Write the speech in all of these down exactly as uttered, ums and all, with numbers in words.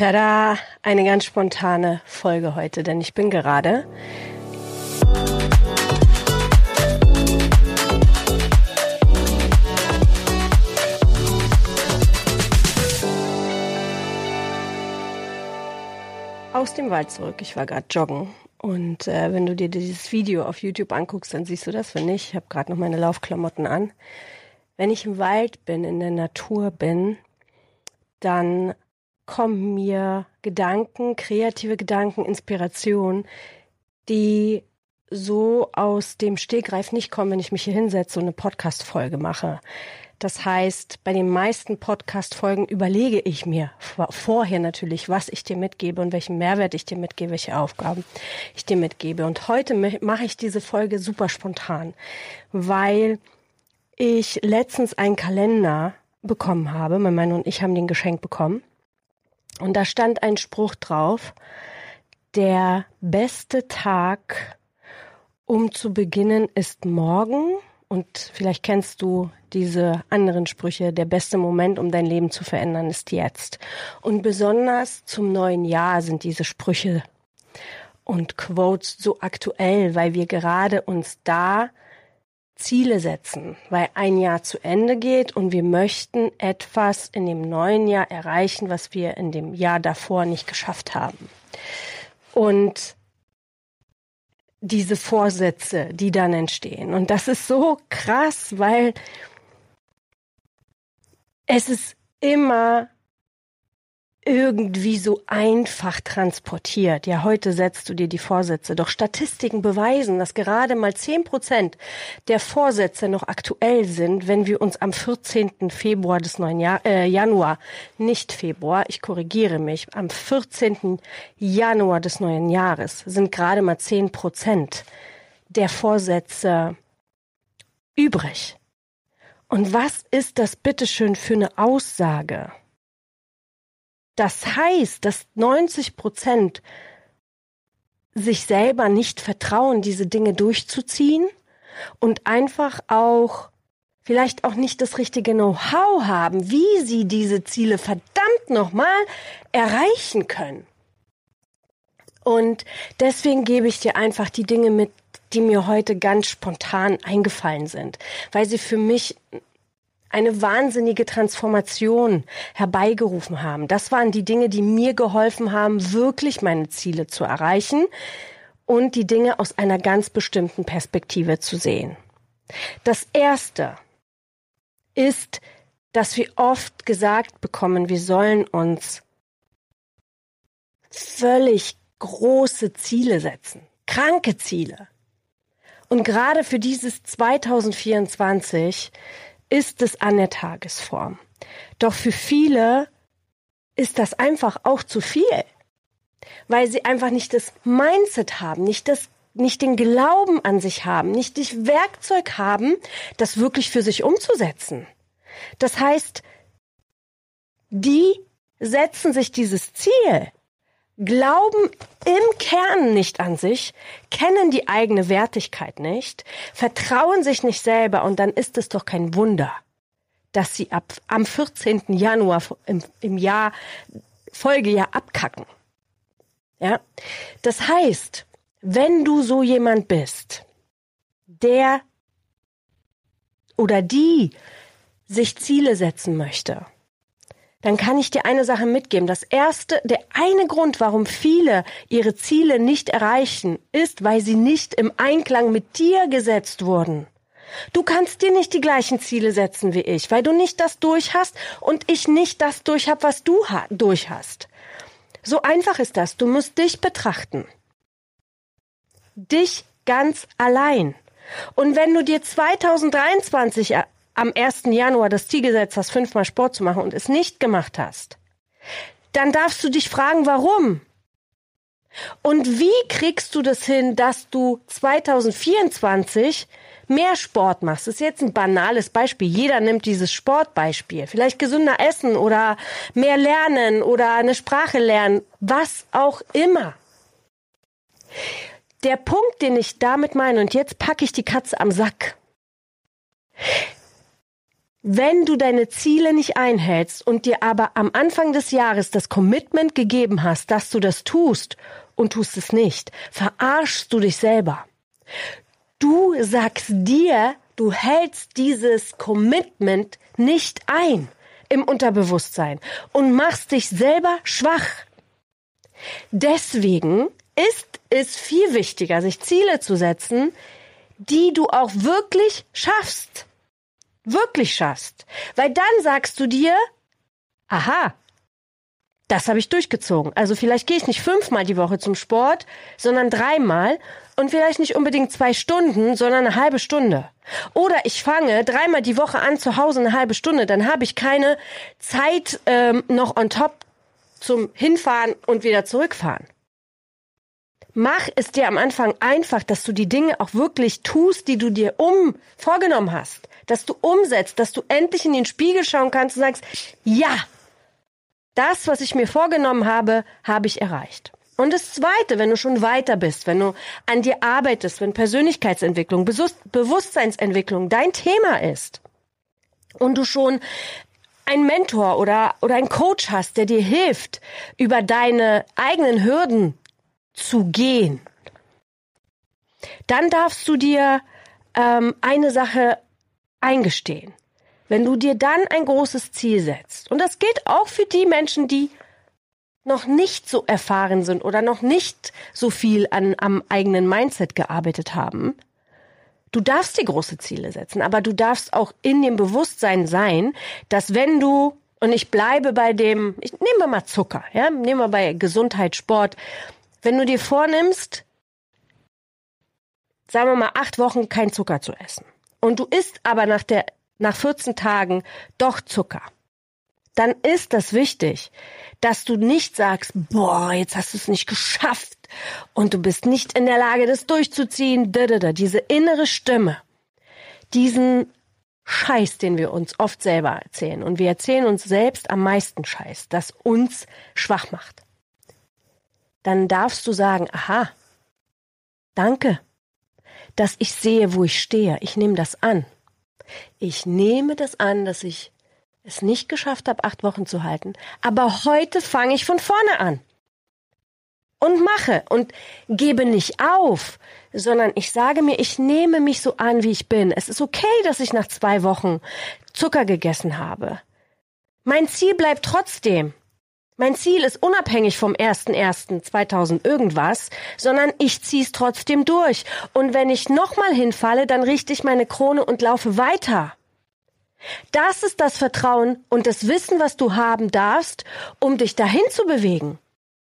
Tada! Eine ganz spontane Folge heute, denn ich bin gerade aus dem Wald zurück. Ich war gerade joggen und äh, wenn du dir dieses Video auf YouTube anguckst, dann siehst du das, wenn nicht. Ich habe gerade noch meine Laufklamotten an. Wenn ich im Wald bin, in der Natur bin, dann kommen mir Gedanken, kreative Gedanken, Inspiration, die so aus dem Stegreif nicht kommen, wenn ich mich hier hinsetze und eine Podcast-Folge mache. Das heißt, bei den meisten Podcast-Folgen überlege ich mir vorher natürlich, was ich dir mitgebe und welchen Mehrwert ich dir mitgebe, welche Aufgaben ich dir mitgebe. Und heute mache ich diese Folge super spontan, weil ich letztens einen Kalender bekommen habe. Mein Mann und ich haben den geschenkt bekommen. Und da stand ein Spruch drauf: Der beste Tag, um zu beginnen, ist morgen. Und vielleicht kennst du diese anderen Sprüche: Der beste Moment, um dein Leben zu verändern, ist jetzt. Und besonders zum neuen Jahr sind diese Sprüche und Quotes so aktuell, weil wir gerade uns da Ziele setzen, weil ein Jahr zu Ende geht und wir möchten etwas in dem neuen Jahr erreichen, was wir in dem Jahr davor nicht geschafft haben. Und diese Vorsätze, die dann entstehen. Und das ist so krass, weil es ist immer irgendwie so einfach transportiert. Ja, heute setzt du dir die Vorsätze. Doch Statistiken beweisen, dass gerade mal zehn Prozent der Vorsätze noch aktuell sind, wenn wir uns am vierzehnten Februar des neuen Jahr, äh, Januar, nicht Februar, ich korrigiere mich, am vierzehnten Januar des neuen Jahres sind gerade mal zehn Prozent der Vorsätze übrig. Und was ist das bitteschön für eine Aussage? Das heißt, dass neunzig Prozent sich selber nicht vertrauen, diese Dinge durchzuziehen und einfach auch vielleicht auch nicht das richtige Know-how haben, wie sie diese Ziele verdammt nochmal erreichen können. Und deswegen gebe ich dir einfach die Dinge mit, die mir heute ganz spontan eingefallen sind, weil sie für mich eine wahnsinnige Transformation herbeigerufen haben. Das waren die Dinge, die mir geholfen haben, wirklich meine Ziele zu erreichen und die Dinge aus einer ganz bestimmten Perspektive zu sehen. Das Erste ist, dass wir oft gesagt bekommen, wir sollen uns völlig große Ziele setzen, kranke Ziele. Und gerade für dieses zweitausendvierundzwanzig ist es an der Tagesform. Doch für viele ist das einfach auch zu viel, weil sie einfach nicht das Mindset haben, nicht das, nicht den Glauben an sich haben, nicht das Werkzeug haben, das wirklich für sich umzusetzen. Das heißt, die setzen sich dieses Ziel, glauben im Kern nicht an sich, kennen die eigene Wertigkeit nicht, vertrauen sich nicht selber und dann ist es doch kein Wunder, dass sie ab am vierzehnten Januar im, im Jahr Folgejahr abkacken. Ja, das heißt, wenn du so jemand bist, der oder die sich Ziele setzen möchte, dann kann ich dir eine Sache mitgeben. Das erste, der eine Grund, warum viele ihre Ziele nicht erreichen, ist, weil sie nicht im Einklang mit dir gesetzt wurden. Du kannst dir nicht die gleichen Ziele setzen wie ich, weil du nicht das durch hast und ich nicht das durch habe, was du ha- durch hast. So einfach ist das. Du musst dich betrachten. Dich ganz allein. Und wenn du dir zweitausenddreiundzwanzig am ersten Januar das Ziel gesetzt hast, fünfmal Sport zu machen und es nicht gemacht hast, dann darfst du dich fragen, warum? Und wie kriegst du das hin, dass du zweitausendvierundzwanzig mehr Sport machst? Das ist jetzt ein banales Beispiel. Jeder nimmt dieses Sportbeispiel. Vielleicht gesünder essen oder mehr lernen oder eine Sprache lernen, was auch immer. Der Punkt, den ich damit meine, und jetzt packe ich die Katze am Sack. Wenn du deine Ziele nicht einhältst und dir aber am Anfang des Jahres das Commitment gegeben hast, dass du das tust und tust es nicht, verarschst du dich selber. Du sagst dir, du hältst dieses Commitment nicht ein im Unterbewusstsein und machst dich selber schwach. Deswegen ist es viel wichtiger, sich Ziele zu setzen, die du auch wirklich schaffst. Wirklich schaffst. Weil dann sagst du dir, aha, das habe ich durchgezogen. Also vielleicht gehe ich nicht fünfmal die Woche zum Sport, sondern dreimal und vielleicht nicht unbedingt zwei Stunden, sondern eine halbe Stunde. Oder ich fange dreimal die Woche an, zu Hause eine halbe Stunde, dann habe ich keine Zeit ähm, noch on top zum Hinfahren und wieder zurückfahren. Mach es dir am Anfang einfach, dass du die Dinge auch wirklich tust, die du dir um vorgenommen hast. Dass du umsetzt, dass du endlich in den Spiegel schauen kannst und sagst, ja, das, was ich mir vorgenommen habe, habe ich erreicht. Und das Zweite, wenn du schon weiter bist, wenn du an dir arbeitest, wenn Persönlichkeitsentwicklung, Bewusstseinsentwicklung dein Thema ist und du schon einen Mentor oder, oder einen Coach hast, der dir hilft, über deine eigenen Hürden zu gehen, dann darfst du dir ähm, eine Sache eingestehen. Wenn du dir dann ein großes Ziel setzt, und das gilt auch für die Menschen, die noch nicht so erfahren sind oder noch nicht so viel an, am eigenen Mindset gearbeitet haben, du darfst dir große Ziele setzen, aber du darfst auch in dem Bewusstsein sein, dass wenn du, und ich bleibe bei dem, ich, nehmen wir mal Zucker, ja, nehmen wir bei Gesundheit, Sport, wenn du dir vornimmst, sagen wir mal, acht Wochen kein Zucker zu essen und du isst aber nach der, nach vierzehn Tagen doch Zucker, dann ist das wichtig, dass du nicht sagst, boah, jetzt hast du es nicht geschafft und du bist nicht in der Lage, das durchzuziehen, diese innere Stimme, diesen Scheiß, den wir uns oft selber erzählen, und wir erzählen uns selbst am meisten Scheiß, das uns schwach macht. Dann darfst du sagen, aha, danke, dass ich sehe, wo ich stehe. Ich nehme das an. Ich nehme das an, dass ich es nicht geschafft habe, acht Wochen zu halten. Aber heute fange ich von vorne an und mache und gebe nicht auf, sondern ich sage mir, ich nehme mich so an, wie ich bin. Es ist okay, dass ich nach zwei Wochen Zucker gegessen habe. Mein Ziel bleibt trotzdem. Mein Ziel ist unabhängig vom ersten ersten zweitausend irgendwas, sondern ich zieh's trotzdem durch. Und wenn ich nochmal hinfalle, dann richte ich meine Krone und laufe weiter. Das ist das Vertrauen und das Wissen, was du haben darfst, um dich dahin zu bewegen.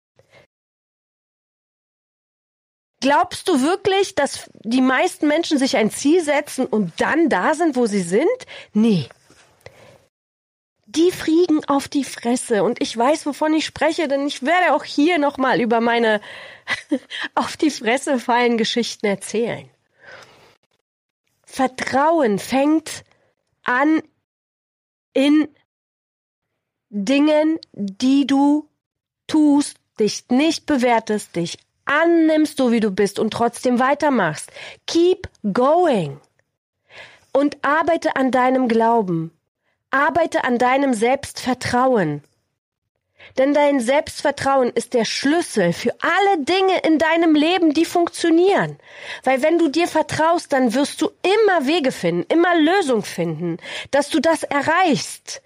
Glaubst du wirklich, dass die meisten Menschen sich ein Ziel setzen und dann da sind, wo sie sind? Nee. Die fliegen auf die Fresse und ich weiß, wovon ich spreche, denn ich werde auch hier nochmal über meine auf die Fresse fallen Geschichten erzählen. Vertrauen fängt an in Dingen, die du tust, dich nicht bewertest, dich annimmst, so wie du bist und trotzdem weitermachst. Keep going. Und arbeite an deinem Glauben. Arbeite an deinem Selbstvertrauen. Denn dein Selbstvertrauen ist der Schlüssel für alle Dinge in deinem Leben, die funktionieren. Weil wenn du dir vertraust, dann wirst du immer Wege finden, immer Lösungen finden, dass du das erreichst.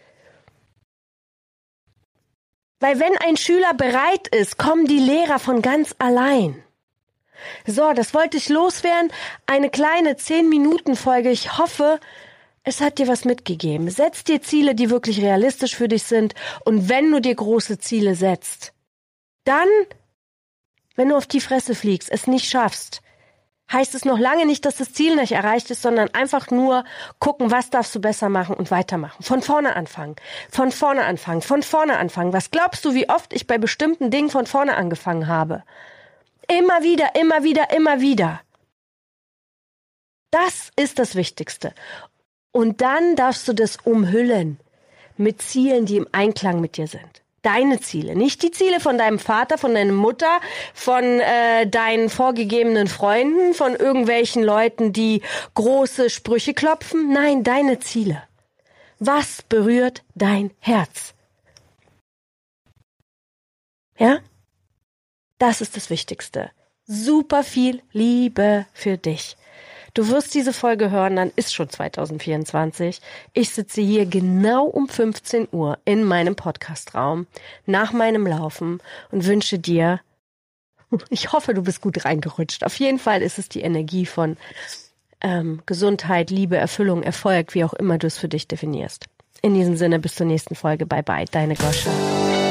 Weil wenn ein Schüler bereit ist, kommen die Lehrer von ganz allein. So, das wollte ich loswerden. Eine kleine zehn-Minuten-Folge. Ich hoffe, es hat dir was mitgegeben. Setz dir Ziele, die wirklich realistisch für dich sind. Und wenn du dir große Ziele setzt, dann, wenn du auf die Fresse fliegst, es nicht schaffst, heißt es noch lange nicht, dass das Ziel nicht erreicht ist, sondern einfach nur gucken, was darfst du besser machen und weitermachen. Von vorne anfangen, von vorne anfangen, von vorne anfangen. Was glaubst du, wie oft ich bei bestimmten Dingen von vorne angefangen habe? Immer wieder, immer wieder, immer wieder. Das ist das Wichtigste. Und dann darfst du das umhüllen mit Zielen, die im Einklang mit dir sind. Deine Ziele, nicht die Ziele von deinem Vater, von deiner Mutter, von äh, deinen vorgegebenen Freunden, von irgendwelchen Leuten, die große Sprüche klopfen. Nein, deine Ziele. Was berührt dein Herz? Ja? Das ist das Wichtigste. Super viel Liebe für dich. Du wirst diese Folge hören, dann ist schon zwanzig vierundzwanzig. Ich sitze hier genau um fünfzehn Uhr in meinem Podcastraum nach meinem Laufen und wünsche dir, ich hoffe, du bist gut reingerutscht. Auf jeden Fall ist es die Energie von ähm, Gesundheit, Liebe, Erfüllung, Erfolg, wie auch immer du es für dich definierst. In diesem Sinne, bis zur nächsten Folge. Bye bye, deine Goscha.